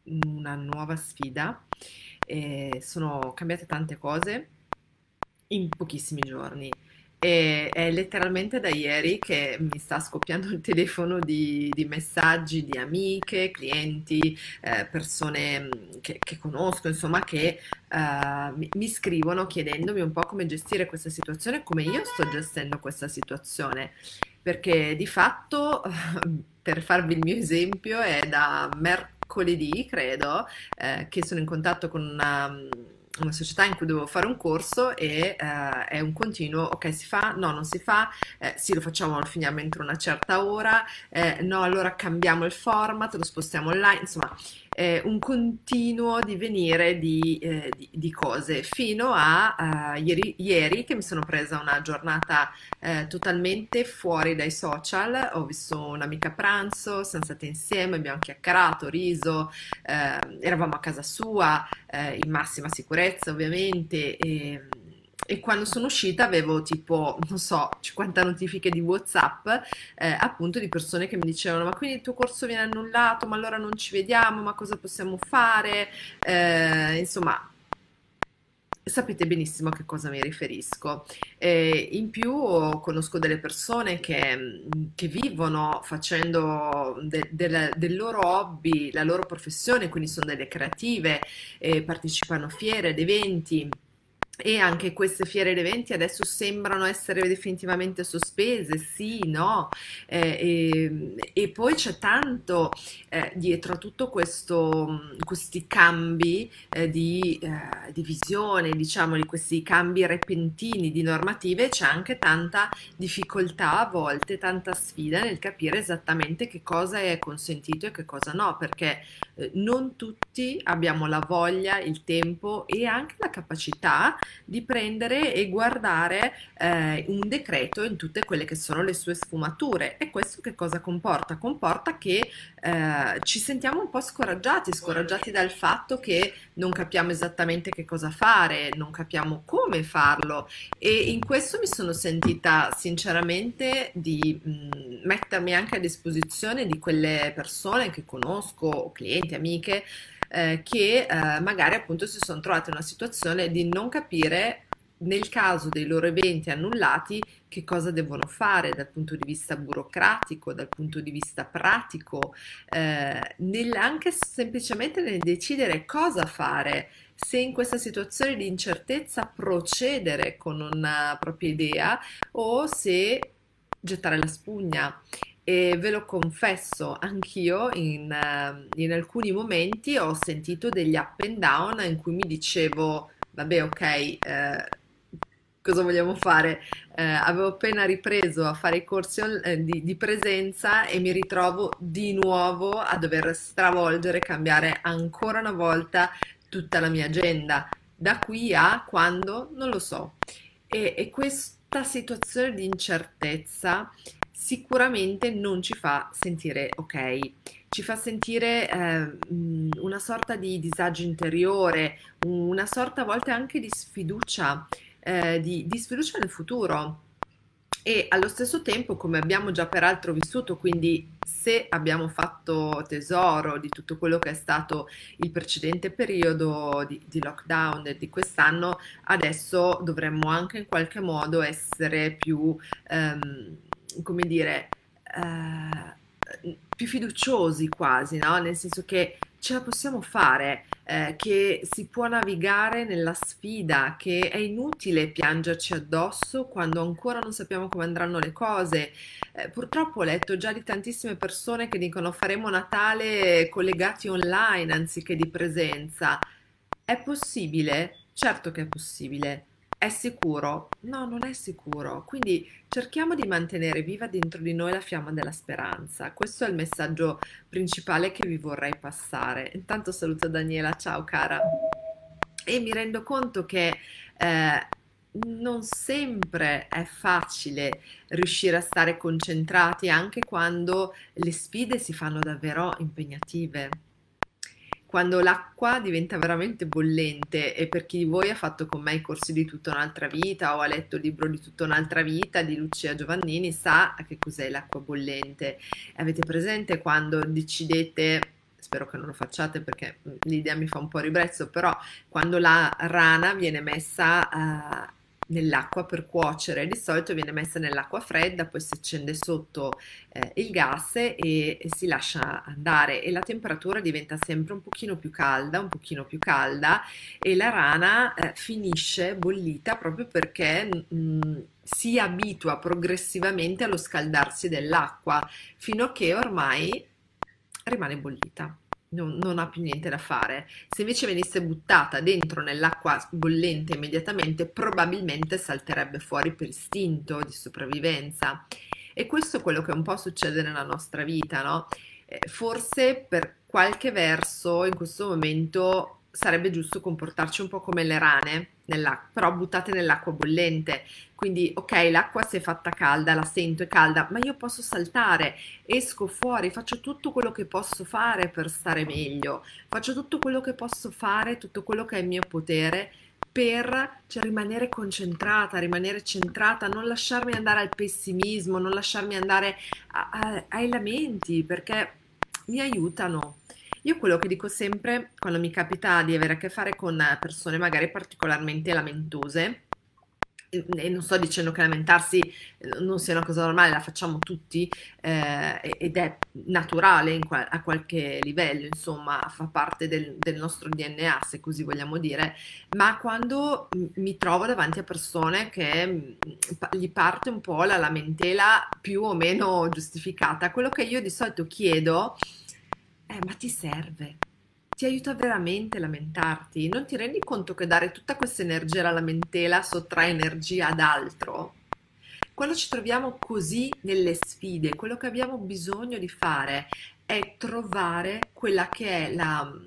una nuova sfida e sono cambiate tante cose in pochissimi giorni. E è letteralmente da ieri che mi sta scoppiando il telefono di messaggi di amiche, clienti, persone che conosco, insomma, che mi scrivono chiedendomi un po' come gestire questa situazione, come io sto gestendo questa situazione. Perché di fatto, per farvi il mio esempio, è da mercoledì, credo, che sono in contatto con una società in cui dovevo fare un corso e è un continuo, ok, si fa, no, non si fa, sì, lo facciamo, lo finiamo entro una certa ora, no, allora cambiamo il format, lo spostiamo online, insomma, un continuo divenire di cose, fino a ieri che mi sono presa una giornata totalmente fuori dai social, ho visto un'amica a pranzo, siamo state insieme, abbiamo chiacchierato, riso, eravamo a casa sua, in massima sicurezza ovviamente e quando sono uscita avevo tipo, non so, 50 notifiche di WhatsApp, appunto di persone che mi dicevano ma quindi il tuo corso viene annullato, ma allora non ci vediamo, ma cosa possiamo fare? Insomma, sapete benissimo a che cosa mi riferisco. In più conosco delle persone che vivono facendo del loro hobby la loro professione, quindi sono delle creative, partecipano a fiere, ad eventi. E anche queste fiere ed eventi adesso sembrano essere definitivamente sospese, sì, no? E poi c'è tanto dietro a tutto questi cambi di visione, diciamo, di questi cambi repentini di normative, c'è anche tanta difficoltà a volte, tanta sfida nel capire esattamente che cosa è consentito e che cosa no, perché non tutti abbiamo la voglia, il tempo e anche la capacità di prendere e guardare un decreto in tutte quelle che sono le sue sfumature. E questo che cosa comporta? Comporta che ci sentiamo un po' scoraggiati, scoraggiati dal fatto che non capiamo esattamente che cosa fare, non capiamo come farlo e in questo mi sono sentita sinceramente di mettermi anche a disposizione di quelle persone che conosco, clienti, amiche, che magari appunto si sono trovate in una situazione di non capire nel caso dei loro eventi annullati che cosa devono fare dal punto di vista burocratico, dal punto di vista pratico, anche semplicemente nel decidere cosa fare, se in questa situazione di incertezza procedere con una propria idea o se gettare la spugna. E ve lo confesso, anch'io in alcuni momenti ho sentito degli up and down in cui mi dicevo, vabbè, ok, cosa vogliamo fare? Avevo appena ripreso a fare i corsi di presenza e mi ritrovo di nuovo a dover stravolgere, cambiare ancora una volta tutta la mia agenda. Da qui a quando? Non lo so. E questa situazione di incertezza sicuramente non ci fa sentire ok, ci fa sentire una sorta di disagio interiore, una sorta a volte anche di sfiducia, di sfiducia nel futuro. E allo stesso tempo, come abbiamo già peraltro vissuto, quindi se abbiamo fatto tesoro di tutto quello che è stato il precedente periodo di lockdown di quest'anno, adesso dovremmo anche in qualche modo essere più, come dire, più fiduciosi quasi, no? Nel senso che ce la possiamo fare, che si può navigare nella sfida, che è inutile piangerci addosso quando ancora non sappiamo come andranno le cose. Purtroppo ho letto già di tantissime persone che dicono faremo Natale collegati online anziché di presenza. È possibile? Certo che è possibile. È sicuro? No, non è sicuro. Quindi cerchiamo di mantenere viva dentro di noi la fiamma della speranza. Questo è il messaggio principale che vi vorrei passare. Intanto saluto Daniela, ciao cara. E mi rendo conto che non sempre è facile riuscire a stare concentrati anche quando le sfide si fanno davvero impegnative. Quando l'acqua diventa veramente bollente e per chi di voi ha fatto con me i corsi di tutta un'altra vita o ha letto il libro di tutta un'altra vita di Lucia Giovannini sa che cos'è l'acqua bollente. Avete presente quando decidete spero che non lo facciate perché l'idea mi fa un po' ribrezzo, però quando la rana viene messa nell'acqua per cuocere, di solito viene messa nell'acqua fredda, poi si accende sotto il gas e si lascia andare e la temperatura diventa sempre un pochino più calda, un pochino più calda e la rana finisce bollita proprio perché si abitua progressivamente allo scaldarsi dell'acqua fino a che ormai rimane bollita. Non ha più niente da fare. Se invece venisse buttata dentro nell'acqua bollente immediatamente, probabilmente salterebbe fuori per istinto di sopravvivenza. E questo è quello che un po' succede nella nostra vita, no? Forse per qualche verso in questo momento sarebbe giusto comportarci un po' come le rane, però buttate nell'acqua bollente. Quindi, ok, l'acqua si è fatta calda, la sento, è calda, ma io posso saltare, esco fuori, faccio tutto quello che posso fare per stare meglio, faccio tutto quello che posso fare, tutto quello che è in mio potere per cioè, rimanere concentrata, rimanere centrata, non lasciarmi andare al pessimismo, non lasciarmi andare ai lamenti, perché mi aiutano. Io quello che dico sempre quando mi capita di avere a che fare con persone magari particolarmente lamentose, e non sto dicendo che lamentarsi non sia una cosa normale, la facciamo tutti ed è naturale a qualche livello, insomma, fa parte del nostro DNA, se così vogliamo dire, ma quando mi trovo davanti a persone che gli parte un po' la lamentela più o meno giustificata, quello che io di solito chiedo ma ti serve? Ti aiuta veramente a lamentarti? Non ti rendi conto che dare tutta questa energia alla lamentela sottrae energia ad altro? Quando ci troviamo così nelle sfide, quello che abbiamo bisogno di fare è trovare quella che è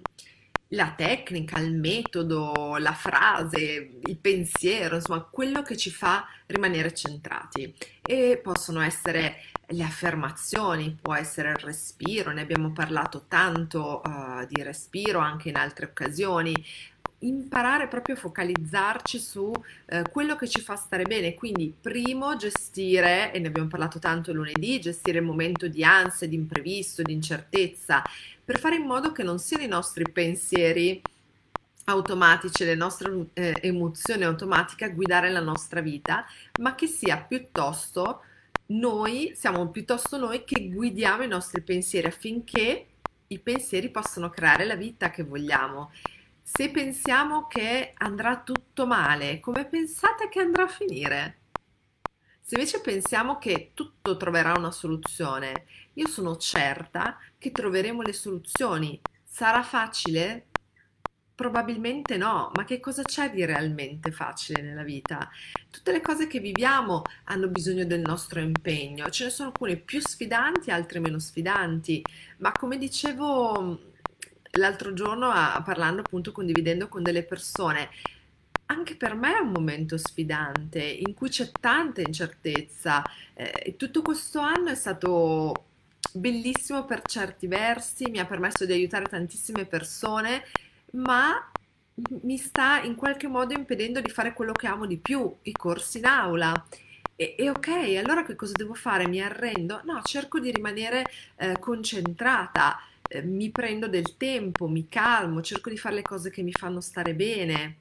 la tecnica, il metodo, la frase, il pensiero, insomma, quello che ci fa rimanere centrati. E possono essere le affermazioni, può essere il respiro, ne abbiamo parlato tanto di respiro anche in altre occasioni. Imparare proprio a focalizzarci su quello che ci fa stare bene, quindi primo gestire, e ne abbiamo parlato tanto lunedì, gestire il momento di ansia, di imprevisto, di incertezza, per fare in modo che non siano i nostri pensieri automatici, le nostre emozioni automatiche a guidare la nostra vita, ma che sia piuttosto siamo piuttosto noi che guidiamo i nostri pensieri affinché i pensieri possano creare la vita che vogliamo. Se pensiamo che andrà tutto male, come pensate che andrà a finire? Se invece pensiamo che tutto troverà una soluzione, io sono certa che troveremo le soluzioni. Sarà facile? Probabilmente no, ma che cosa c'è di realmente facile nella vita? Tutte le cose che viviamo hanno bisogno del nostro impegno, ce ne sono alcune più sfidanti, altre meno sfidanti, ma come dicevo l'altro giorno parlando appunto, condividendo con delle persone, anche per me è un momento sfidante in cui c'è tanta incertezza. E tutto questo anno è stato bellissimo per certi versi, mi ha permesso di aiutare tantissime persone, ma mi sta in qualche modo impedendo di fare quello che amo di più, i corsi in aula. E ok, allora che cosa devo fare? Mi arrendo? No, cerco di rimanere concentrata, mi prendo del tempo, mi calmo, cerco di fare le cose che mi fanno stare bene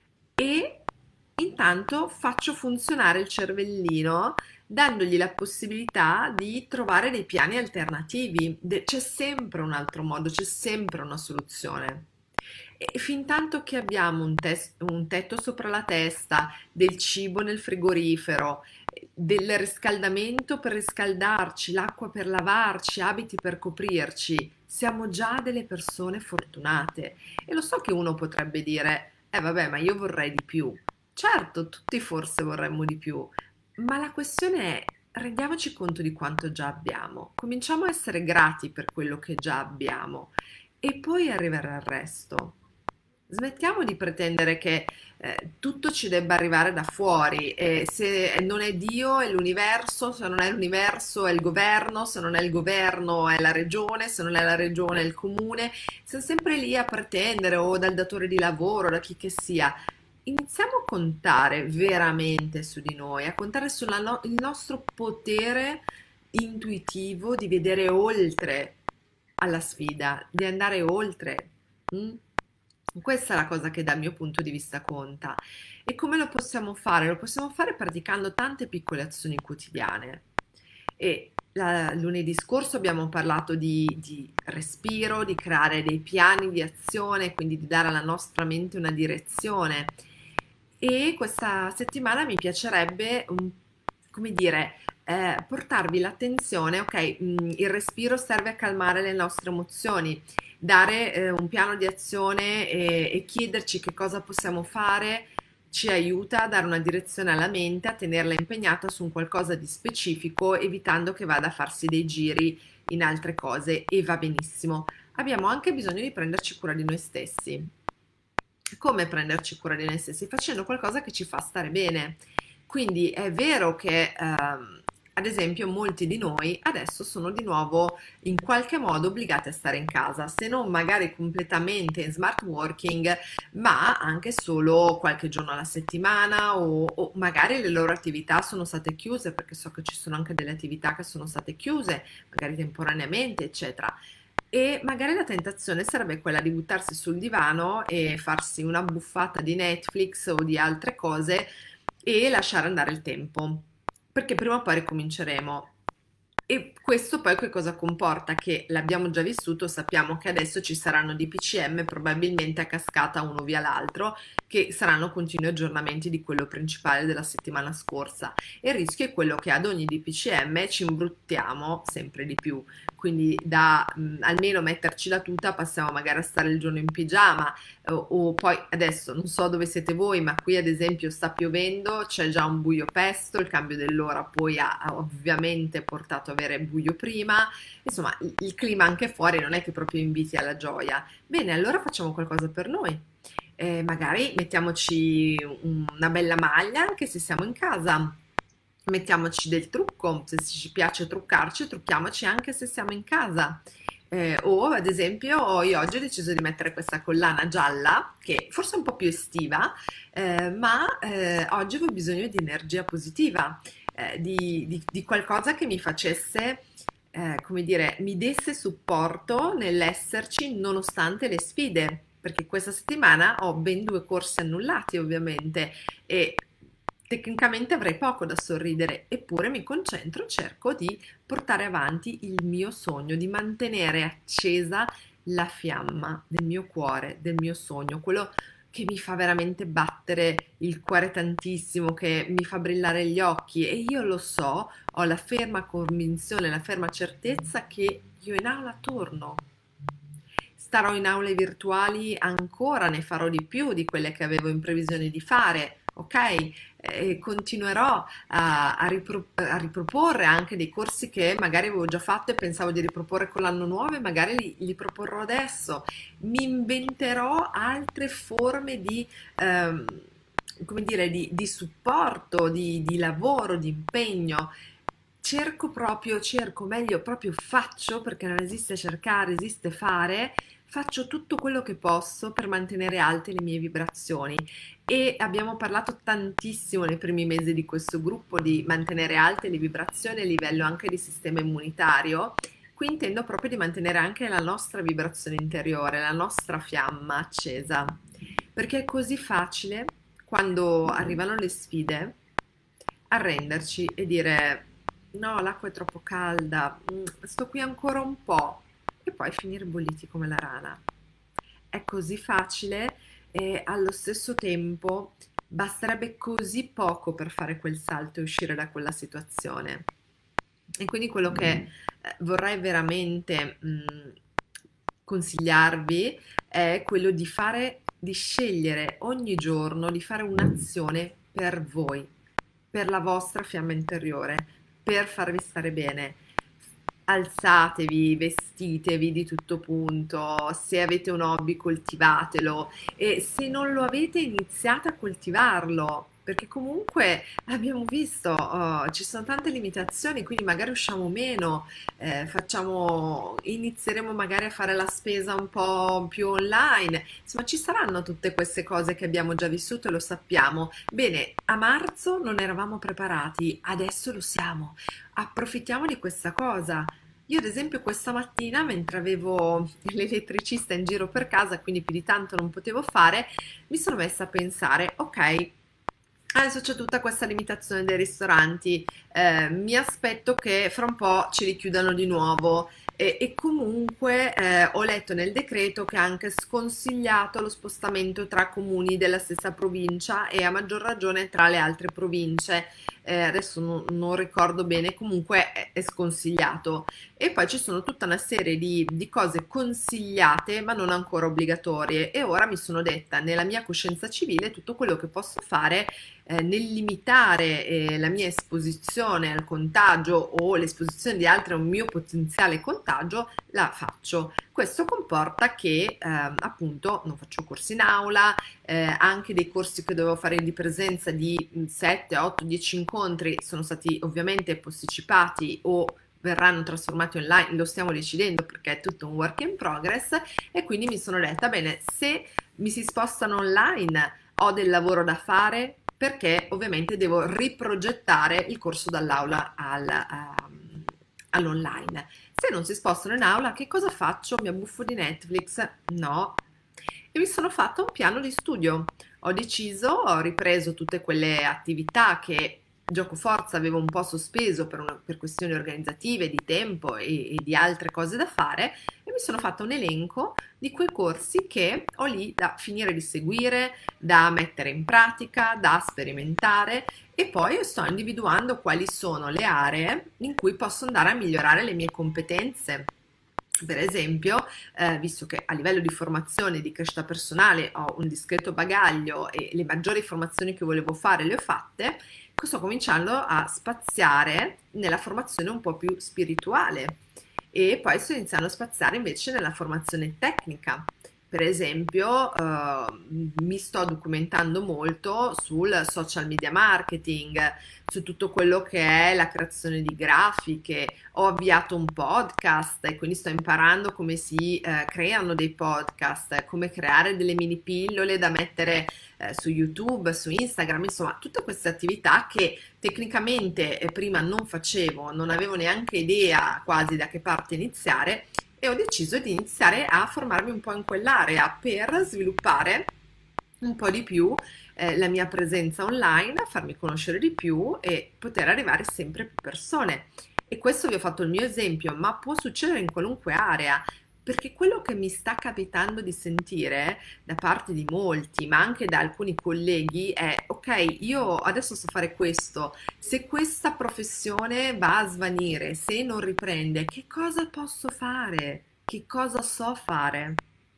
e intanto faccio funzionare il cervellino dandogli la possibilità di trovare dei piani alternativi. C'è sempre un altro modo, c'è sempre una soluzione. E fin tanto che abbiamo un tetto sopra la testa, del cibo nel frigorifero, del riscaldamento per riscaldarci, l'acqua per lavarci, abiti per coprirci, siamo già delle persone fortunate. E lo so che uno potrebbe dire, vabbè, ma io vorrei di più. Certo, tutti forse vorremmo di più, ma la questione è rendiamoci conto di quanto già abbiamo, cominciamo a essere grati per quello che già abbiamo e poi arriverà il resto. Smettiamo di pretendere che tutto ci debba arrivare da fuori e se non è Dio è l'universo, se non è l'universo è il governo, se non è il governo è la regione, se non è la regione è il comune. Siamo sempre lì a pretendere o dal datore di lavoro, da chi che sia. Iniziamo a contare veramente su di noi, a contare sul nostro potere intuitivo di vedere oltre alla sfida, di andare oltre. Mm? Questa è la cosa che dal mio punto di vista conta. E come lo possiamo fare? Lo possiamo fare praticando tante piccole azioni quotidiane. E lunedì scorso abbiamo parlato di respiro, di creare dei piani di azione, quindi di dare alla nostra mente una direzione. E questa settimana mi piacerebbe, come dire, portarvi l'attenzione, ok, il respiro serve a calmare le nostre emozioni, dare un piano di azione e chiederci che cosa possiamo fare ci aiuta a dare una direzione alla mente, a tenerla impegnata su un qualcosa di specifico, evitando che vada a farsi dei giri in altre cose e va benissimo. Abbiamo anche bisogno di prenderci cura di noi stessi. Come prenderci cura di noi stessi? Facendo qualcosa che ci fa stare bene. Quindi è vero che, ad esempio, molti di noi adesso sono di nuovo in qualche modo obbligati a stare in casa, se non magari completamente in smart working, ma anche solo qualche giorno alla settimana o magari le loro attività sono state chiuse, perché so che ci sono anche delle attività che sono state chiuse, magari temporaneamente, eccetera. E magari la tentazione sarebbe quella di buttarsi sul divano e farsi una buffata di Netflix o di altre cose e lasciare andare il tempo, perché prima o poi ricominceremo. E questo poi che cosa comporta? Che l'abbiamo già vissuto, sappiamo che adesso ci saranno dei PCM probabilmente a cascata uno via l'altro, che saranno continui aggiornamenti di quello principale della settimana scorsa. E il rischio è quello che ad ogni DPCM ci imbruttiamo sempre di più. Quindi da almeno metterci la tuta passiamo magari a stare il giorno in pigiama o poi adesso non so dove siete voi, ma qui ad esempio sta piovendo, c'è già un buio pesto, il cambio dell'ora poi ha ovviamente portato ad avere buio prima, insomma il clima anche fuori non è che proprio inviti alla gioia. Bene, allora facciamo qualcosa per noi. Magari mettiamoci una bella maglia anche se siamo in casa, mettiamoci del trucco, se ci piace truccarci, trucchiamoci anche se siamo in casa. O ad esempio io oggi ho deciso di mettere questa collana gialla che forse è un po' più estiva, ma oggi avevo bisogno di energia positiva, di qualcosa che mi facesse, come dire, mi desse supporto nell'esserci nonostante le sfide, perché questa settimana ho ben 2 corsi annullati ovviamente e tecnicamente avrei poco da sorridere, eppure mi concentro e cerco di portare avanti il mio sogno, di mantenere accesa la fiamma del mio cuore, del mio sogno, quello che mi fa veramente battere il cuore tantissimo, che mi fa brillare gli occhi e io lo so, ho la ferma convinzione, la ferma certezza che io in aula torno. Starò in aule virtuali ancora, ne farò di più di quelle che avevo in previsione di fare, ok? E continuerò a riproporre anche dei corsi che magari avevo già fatto e pensavo di riproporre con l'anno nuovo e magari li proporrò adesso. Mi inventerò altre forme di, come dire, di supporto, di lavoro, di impegno. Cerco meglio, proprio faccio, perché non esiste cercare, esiste fare, faccio tutto quello che posso per mantenere alte le mie vibrazioni e abbiamo parlato tantissimo nei primi mesi di questo gruppo di mantenere alte le vibrazioni a livello anche di sistema immunitario. Qui intendo proprio di mantenere anche la nostra vibrazione interiore, la nostra fiamma accesa, perché è così facile quando arrivano le sfide arrenderci e dire no, l'acqua è troppo calda, sto qui ancora un po' e poi finire bolliti come la rana. È così facile e allo stesso tempo basterebbe così poco per fare quel salto e uscire da quella situazione. E quindi quello che vorrei veramente consigliarvi è quello di fare, di scegliere ogni giorno di fare un'azione per voi, per la vostra fiamma interiore, per farvi stare bene. Alzatevi, vestitevi di tutto punto, se avete un hobby coltivatelo e se non lo avete iniziate a coltivarlo, perché comunque abbiamo visto, ci sono tante limitazioni, quindi magari usciamo meno, inizieremo magari a fare la spesa un po' più online, insomma ci saranno tutte queste cose che abbiamo già vissuto e lo sappiamo. Bene, a marzo non eravamo preparati, adesso lo siamo. Approfittiamo di questa cosa. Io ad esempio questa mattina, mentre avevo l'elettricista in giro per casa, quindi più di tanto non potevo fare, mi sono messa a pensare, ok, adesso c'è tutta questa limitazione dei ristoranti, mi aspetto che fra un po' ci richiudano di nuovo e comunque ho letto nel decreto che è anche sconsigliato lo spostamento tra comuni della stessa provincia e a maggior ragione tra le altre province. Adesso non ricordo bene, comunque è sconsigliato. E poi ci sono tutta una serie di cose consigliate ma non ancora obbligatorie. E ora mi sono detta, nella mia coscienza civile, tutto quello che posso fare nel limitare la mia esposizione al contagio o l'esposizione di altri a un mio potenziale contagio, la faccio. Questo comporta che appunto non faccio corsi in aula, anche dei corsi che dovevo fare di presenza di 7, 8, 10 incontri sono stati ovviamente posticipati o verranno trasformati online, lo stiamo decidendo perché è tutto un work in progress e quindi mi sono detta, bene, se mi si spostano online ho del lavoro da fare perché ovviamente devo riprogettare il corso dall'aula all'online. Se non si spostano in aula, che cosa faccio? Mi abbuffo di Netflix? No. E mi sono fatta un piano di studio. Ho deciso, ho ripreso tutte quelle attività che giocoforza avevo un po' sospeso per questioni organizzative, di tempo e di altre cose da fare e mi sono fatta un elenco di quei corsi che ho lì da finire di seguire, da mettere in pratica, da sperimentare e poi sto individuando quali sono le aree in cui posso andare a migliorare le mie competenze. Per esempio, visto che a livello di formazione e di crescita personale ho un discreto bagaglio e le maggiori formazioni che volevo fare le ho fatte, sto cominciando a spaziare nella formazione un po' più spirituale e poi sto iniziando a spaziare invece nella formazione tecnica. Per esempio, mi sto documentando molto sul social media marketing, su tutto quello che è la creazione di grafiche. Ho avviato un podcast e quindi sto imparando come si creano dei podcast, come creare delle mini pillole da mettere su YouTube, su Instagram, insomma, tutte queste attività che tecnicamente prima non facevo, non avevo neanche idea quasi da che parte iniziare e ho deciso di iniziare a formarmi un po' in quell'area per sviluppare un po' di più la mia presenza online, farmi conoscere di più e poter arrivare sempre a più persone. E questo vi ho fatto il mio esempio, ma può succedere in qualunque area, perché quello che mi sta capitando di sentire da parte di molti, ma anche da alcuni colleghi, è ok, io adesso so fare questo, se questa professione va a svanire, se non riprende, che cosa posso fare? Che cosa so fare?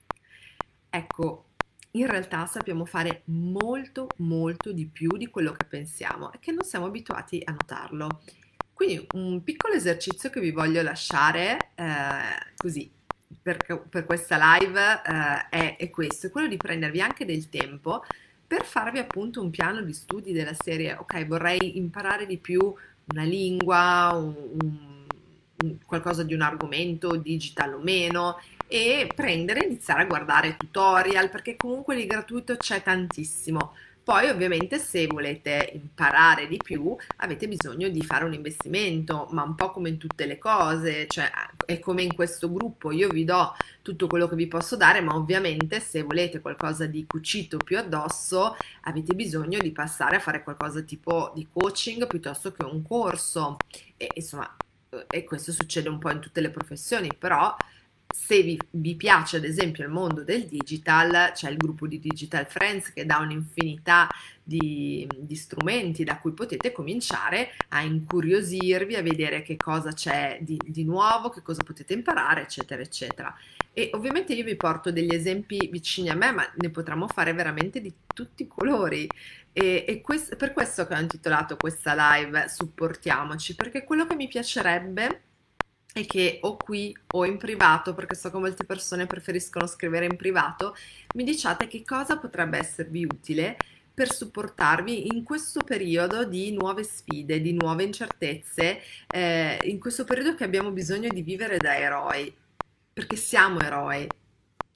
Ecco, in realtà sappiamo fare molto, molto di più di quello che pensiamo e che non siamo abituati a notarlo. Quindi un piccolo esercizio che vi voglio lasciare così per questa live è questo, è quello di prendervi anche del tempo per farvi appunto un piano di studi della serie, ok, vorrei imparare di più una lingua, qualcosa di un argomento, digital o meno, e prendere e iniziare a guardare tutorial, perché comunque di gratuito c'è tantissimo. Poi ovviamente se volete imparare di più avete bisogno di fare un investimento, ma un po' come in tutte le cose, cioè è come in questo gruppo, io vi do tutto quello che vi posso dare, ma ovviamente se volete qualcosa di cucito più addosso avete bisogno di passare a fare qualcosa tipo di coaching piuttosto che un corso e insomma e questo succede un po' in tutte le professioni, però se vi piace ad esempio il mondo del digital, c'è il gruppo di Digital Friends che dà un'infinità di strumenti da cui potete cominciare a incuriosirvi, a vedere che cosa c'è di nuovo, che cosa potete imparare, eccetera, eccetera. E ovviamente io vi porto degli esempi vicini a me, ma ne potremmo fare veramente di tutti i colori. Per questo che ho intitolato questa live Supportiamoci, perché quello che mi piacerebbe è che o qui o in privato, perché so che molte persone preferiscono scrivere in privato, mi diciate che cosa potrebbe esservi utile per supportarvi in questo periodo di nuove sfide, di nuove incertezze, in questo periodo che abbiamo bisogno di vivere da eroi, perché siamo eroi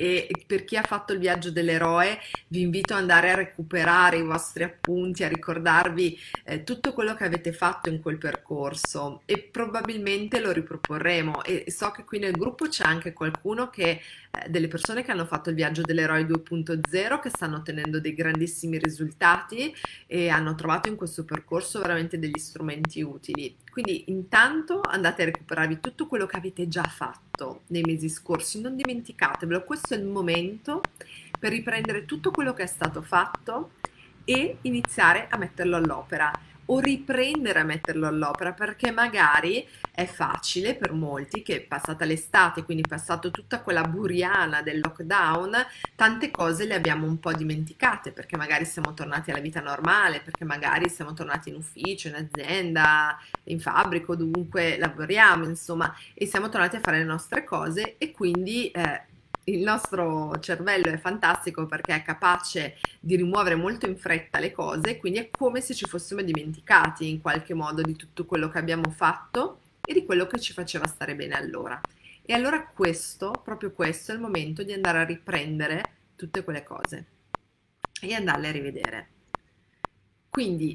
e per chi ha fatto il viaggio dell'eroe vi invito ad andare a recuperare i vostri appunti, a ricordarvi tutto quello che avete fatto in quel percorso e probabilmente lo riproporremo e so che qui nel gruppo c'è anche qualcuno che delle persone che hanno fatto il viaggio dell'eroe 2.0 che stanno ottenendo dei grandissimi risultati e hanno trovato in questo percorso veramente degli strumenti utili. Quindi intanto andate a recuperarvi tutto quello che avete già fatto nei mesi scorsi, non dimenticatevelo, questo è il momento per riprendere tutto quello che è stato fatto e iniziare a metterlo all'opera o riprendere a metterlo all'opera perché magari è facile per molti che passata l'estate, quindi passato tutta quella buriana del lockdown, tante cose le abbiamo un po' dimenticate perché magari siamo tornati alla vita normale, perché magari siamo tornati in ufficio, in azienda, in fabbrica, dovunque lavoriamo, insomma, e siamo tornati a fare le nostre cose e quindi il nostro cervello è fantastico perché è capace di rimuovere molto in fretta le cose, quindi è come se ci fossimo dimenticati in qualche modo di tutto quello che abbiamo fatto e di quello che ci faceva stare bene allora. E allora questo, proprio questo, è il momento di andare a riprendere tutte quelle cose e andarle a rivedere. Quindi,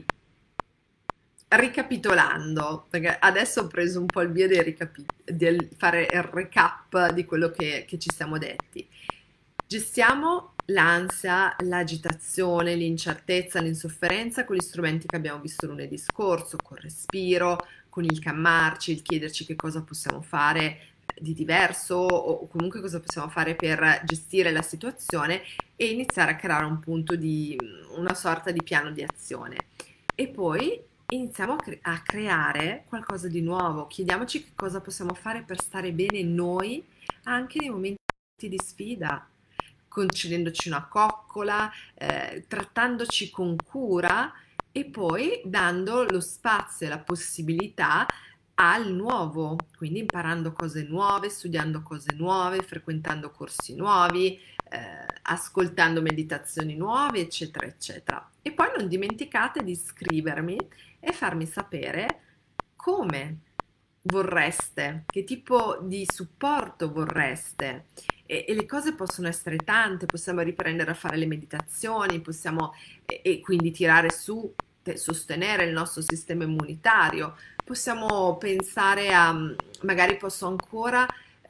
ricapitolando, perché adesso ho preso un po' il via del fare il recap di quello che ci siamo detti. Gestiamo l'ansia, l'agitazione, l'incertezza, l'insofferenza con gli strumenti che abbiamo visto lunedì scorso, col respiro, con il calmarci, il chiederci che cosa possiamo fare di diverso o comunque cosa possiamo fare per gestire la situazione e iniziare a creare un punto di una sorta di piano di azione. E poi iniziamo a creare qualcosa di nuovo, chiediamoci che cosa possiamo fare per stare bene noi anche nei momenti di sfida, concedendoci una coccola, trattandoci con cura e poi dando lo spazio e la possibilità al nuovo, quindi imparando cose nuove, studiando cose nuove, frequentando corsi nuovi, ascoltando meditazioni nuove, eccetera, eccetera. E poi non dimenticate di iscrivermi e farmi sapere come vorreste, che tipo di supporto vorreste. E le cose possono essere tante, possiamo riprendere a fare le meditazioni, possiamo e quindi tirare su, sostenere il nostro sistema immunitario, possiamo pensare a, magari posso ancora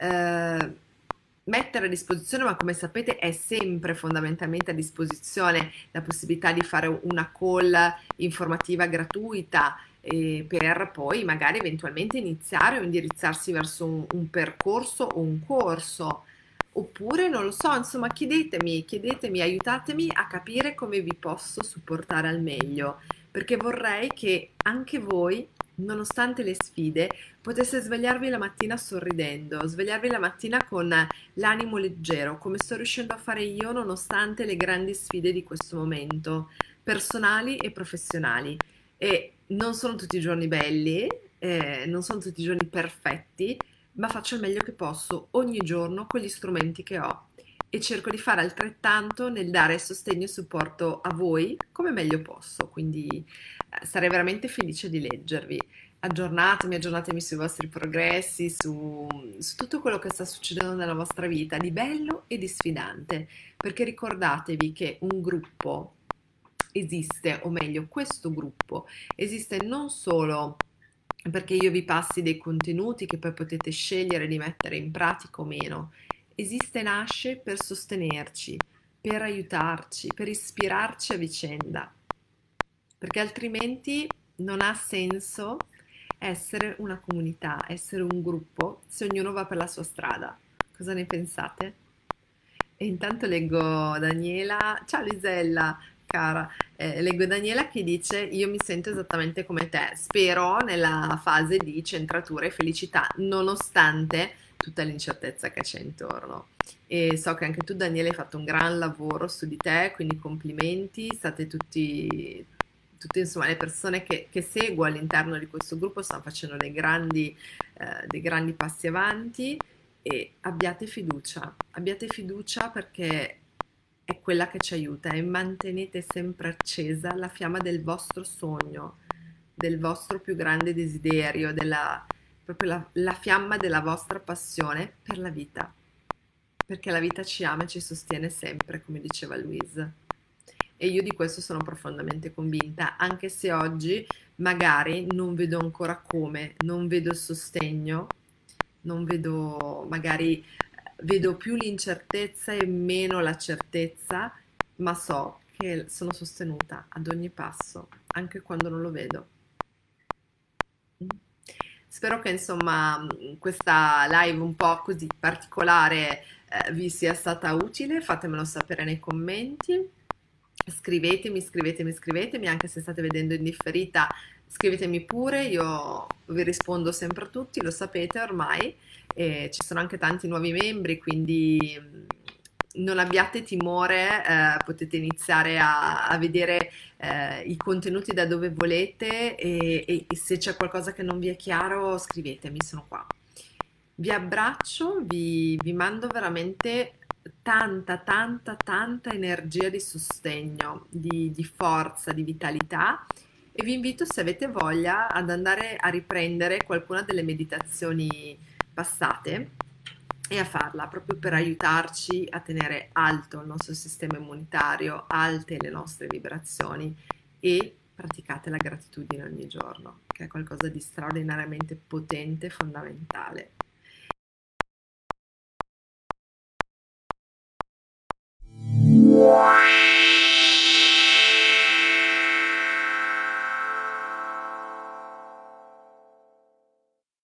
mettere a disposizione, ma come sapete è sempre fondamentalmente a disposizione la possibilità di fare una call informativa gratuita per poi magari eventualmente iniziare o indirizzarsi verso un percorso o un corso. Oppure non lo so, insomma, chiedetemi, aiutatemi a capire come vi posso supportare al meglio, perché vorrei che anche voi, nonostante le sfide, potesse svegliarvi la mattina sorridendo, svegliarvi la mattina con l'animo leggero, come sto riuscendo a fare io nonostante le grandi sfide di questo momento, personali e professionali. E non sono tutti i giorni belli, non sono tutti i giorni perfetti, ma faccio il meglio che posso ogni giorno con gli strumenti che ho e cerco di fare altrettanto nel dare sostegno e supporto a voi come meglio posso. Quindi sarei veramente felice di leggervi. Aggiornatemi sui vostri progressi, su tutto quello che sta succedendo nella vostra vita, di bello e di sfidante, perché ricordatevi che un gruppo esiste, o meglio, questo gruppo esiste non solo perché io vi passi dei contenuti che poi potete scegliere di mettere in pratica o meno, esiste e nasce per sostenerci, per aiutarci, per ispirarci a vicenda, perché altrimenti non ha senso essere una comunità, essere un gruppo, se ognuno va per la sua strada. Cosa ne pensate? E intanto leggo Daniela, ciao Lisella, cara, leggo Daniela che dice io mi sento esattamente come te, spero nella fase di centratura e felicità, nonostante tutta l'incertezza che c'è intorno. E so che anche tu Daniela hai fatto un gran lavoro su di te, quindi complimenti, state tutte insomma le persone che seguo all'interno di questo gruppo stanno facendo dei grandi passi avanti e abbiate fiducia perché è quella che ci aiuta e mantenete sempre accesa la fiamma del vostro sogno, del vostro più grande desiderio, proprio la fiamma della vostra passione per la vita. perché la vita ci ama e ci sostiene sempre, come diceva Louise. E io di questo sono profondamente convinta, anche se oggi magari non vedo ancora come, non vedo il sostegno, non vedo, magari vedo più l'incertezza e meno la certezza, ma so che sono sostenuta ad ogni passo, anche quando non lo vedo. Spero che insomma questa live un po' così particolare vi sia stata utile, fatemelo sapere nei commenti, scrivetemi, scrivetemi, scrivetemi, anche se state vedendo in differita, scrivetemi pure, io vi rispondo sempre a tutti, lo sapete ormai, e ci sono anche tanti nuovi membri, quindi non abbiate timore, potete iniziare a vedere i contenuti da dove volete e se c'è qualcosa che non vi è chiaro scrivetemi, sono qua. Vi abbraccio, vi mando veramente tanta, tanta, tanta energia di sostegno, di forza, di vitalità e vi invito, se avete voglia, ad andare a riprendere qualcuna delle meditazioni passate e a farla proprio per aiutarci a tenere alto il nostro sistema immunitario, alte le nostre vibrazioni e praticate la gratitudine ogni giorno, che è qualcosa di straordinariamente potente e fondamentale.